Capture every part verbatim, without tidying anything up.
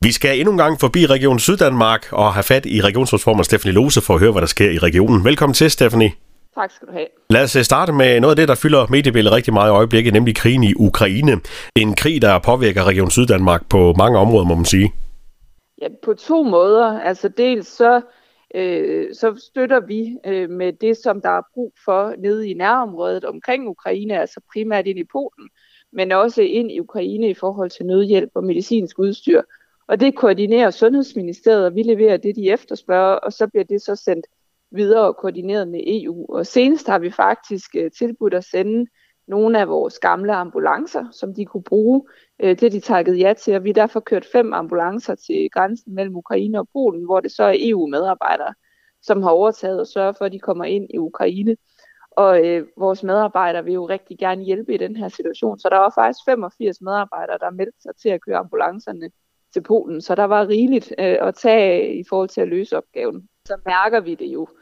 Vi skal endnu en gang forbi Region Syddanmark og have fat i regionsrådsformand Stephanie Lose for at høre, hvad der sker i regionen. Velkommen til, Stephanie. Tak skal du have. Lad os starte med noget af det, der fylder mediebilledet rigtig meget i øjeblikket, nemlig krigen i Ukraine. En krig, der påvirker Region Syddanmark på mange områder, må man sige. Ja, på to måder. Altså dels så, øh, så støtter vi øh, med det, som der er brug for nede i nærområdet omkring Ukraine, altså primært ind i Polen, men også ind i Ukraine i forhold til nødhjælp og medicinsk udstyr. Og det koordinerer Sundhedsministeriet, og vi leverer det, de efterspørger, og så bliver det så sendt videre og koordineret med E U. Og senest har vi faktisk uh, tilbudt at sende nogle af vores gamle ambulancer, som de kunne bruge. Uh, det har de takket ja til, og vi har derfor kørt fem ambulancer til grænsen mellem Ukraine og Polen, hvor det så er E U-medarbejdere, som har overtaget og sørger for, at de kommer ind i Ukraine. Og uh, vores medarbejdere vil jo rigtig gerne hjælpe i den her situation, så der var faktisk femogfirs medarbejdere, der meldte sig til at køre ambulancerne til Polen, så der var rigeligt øh, at tage i forhold til at løse opgaven. Så mærker vi det jo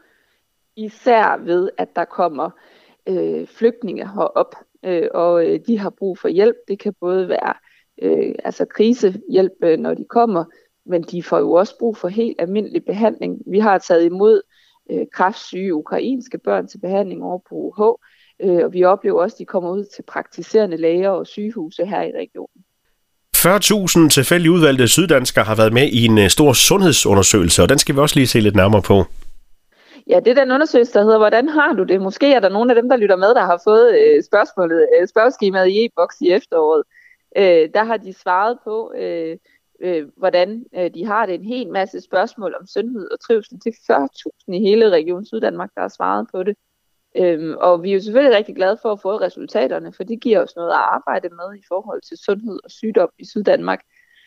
især ved, at der kommer øh, flygtninge herop, øh, og øh, de har brug for hjælp. Det kan både være øh, altså krisehjælp, øh, når de kommer, men de får jo også brug for helt almindelig behandling. Vi har taget imod øh, kræftsyge ukrainske børn til behandling over på U H, øh, og vi oplever også, at de kommer ud til praktiserende læger og sygehuse her i regionen. fyrre tusind tilfældigt udvalgte syddanskere har været med i en stor sundhedsundersøgelse, og den skal vi også lige se lidt nærmere på. Ja, det er den undersøgelse, der hedder, hvordan har du det? Måske er der nogle af dem, der lytter med, der har fået øh, spørgsmålet, øh, spørgeskemaet i e-boks i efteråret. Øh, der har de svaret på, øh, øh, hvordan øh, de har det. En hel masse spørgsmål om sundhed og trivsel. Det er fyrre tusind i hele Region Syddanmark, der har svaret på det. Øhm, og vi er jo selvfølgelig rigtig glade for at få resultaterne, for det giver os noget at arbejde med i forhold til sundhed og sygdom i Syddanmark.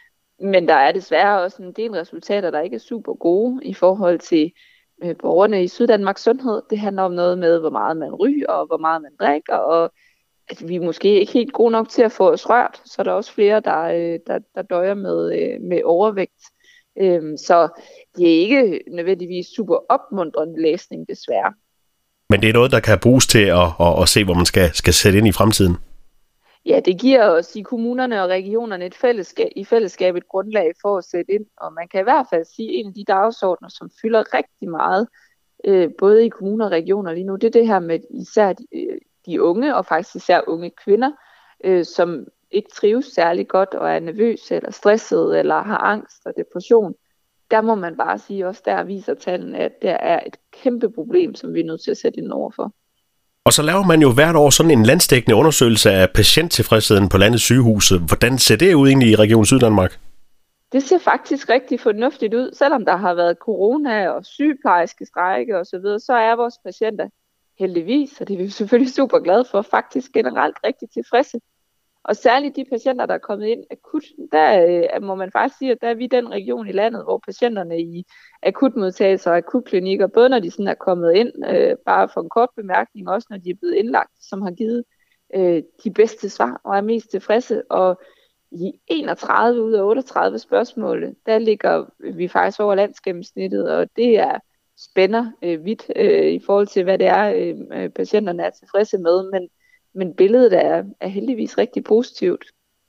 Men der er desværre også en del resultater, der ikke er super gode i forhold til øh, borgerne i Syddanmarks sundhed. Det handler om noget med, hvor meget man ryger og hvor meget man drikker, og at vi måske ikke helt gode nok til at få os rørt. Så er der også flere, der, øh, der, der døjer med, øh, med overvægt. Øhm, så det er ikke nødvendigvis super opmuntrende læsning, desværre. Men det er noget, der kan bruges til at, at, at se, hvor man skal, skal sætte ind i fremtiden. Ja, det giver os i kommunerne og regionerne et fællesskab, i fællesskab et grundlag for at sætte ind. Og man kan i hvert fald sige, at en af de dagsordner, som fylder rigtig meget, øh, både i kommuner og regioner lige nu, det er det her med især de, de unge, og faktisk især unge kvinder, øh, som ikke trives særlig godt og er nervøse eller stressede eller har angst og depression. Der må man bare sige, også der viser tallene, at der er et kæmpe problem, som vi er nødt til at sætte ind overfor. Og så laver man jo hvert år sådan en landsdækkende undersøgelse af patienttilfredsheden på landets sygehuse. Hvordan ser det ud egentlig i Region Syddanmark? Det ser faktisk rigtig fornuftigt ud. Selvom der har været corona og sygeplejerske strejke osv., så, så er vores patienter heldigvis, og det er vi selvfølgelig super glade for, faktisk generelt rigtig tilfredse. Og særligt de patienter, der er kommet ind akut, der øh, må man faktisk sige, at der er vi den region i landet, hvor patienterne i akutmodtagelser og akutklinikker, både når de sådan er kommet ind, øh, bare for en kort bemærkning, også når de er blevet indlagt, som har givet øh, de bedste svar og er mest tilfredse. Og i enogtredive ud af otteogtredive spørgsmål, der ligger vi faktisk over landsgennemsnittet, og det er spænder øh, vidt øh, i forhold til, hvad det er, øh, patienterne er tilfredse med, men Men billedet er, er heldigvis rigtig positivt.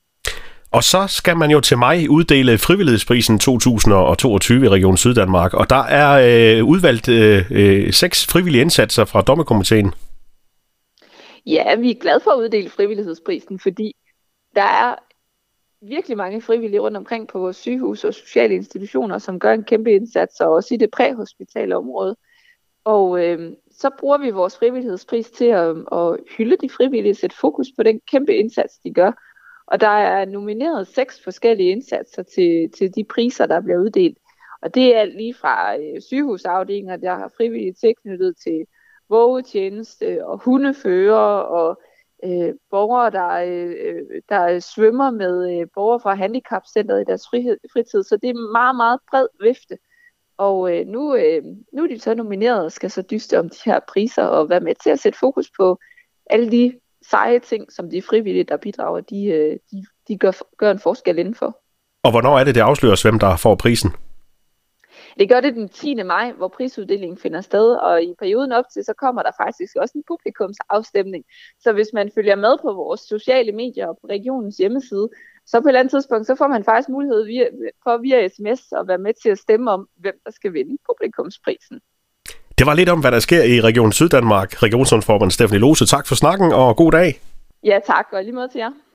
Og så skal man jo til maj uddele frivillighedsprisen to tusind og toogtyve i Region Syddanmark, og der er øh, udvalgt øh, seks frivillige indsatser fra dommerkomiteen. Ja, vi er glade for at uddele frivillighedsprisen, fordi der er virkelig mange frivillige rundt omkring på vores sygehus og sociale institutioner, som gør en kæmpe indsats, og også i det præhospitale område. Og øh, så bruger vi vores frivillighedspris til at, at hylde de frivillige, sætte fokus på den kæmpe indsats, de gør. Og der er nomineret seks forskellige indsatser til, til de priser, der bliver uddelt. Og det er lige fra øh, sygehusafdelinger, der har frivillige tilknyttet til vågetjeneste og hundefører og øh, borgere, der, øh, der svømmer med øh, borgere fra handicapcenteret i deres frihed, fritid. Så det er en meget, meget bred vifte. Og øh, nu, øh, nu er de så nomineret og skal så dyste om de her priser og være med til at sætte fokus på alle de seje ting, som de frivillige, der bidrager, de, øh, de, de gør, gør en forskel indenfor. Og hvornår er det, det afsløres, hvem der får prisen? Det gør det den tiende maj, hvor prisuddelingen finder sted, og i perioden op til, så kommer der faktisk også en publikumsafstemning. Så hvis man følger med på vores sociale medier og på regionens hjemmeside, så på et eller andet tidspunkt, så får man faktisk mulighed via, for via sms at være med til at stemme om, hvem der skal vinde publikumsprisen. Det var lidt om, hvad der sker i Region Syddanmark. Regionsrådsformand Stephanie Lose, tak for snakken og god dag. Ja, tak, og lige måde til jer.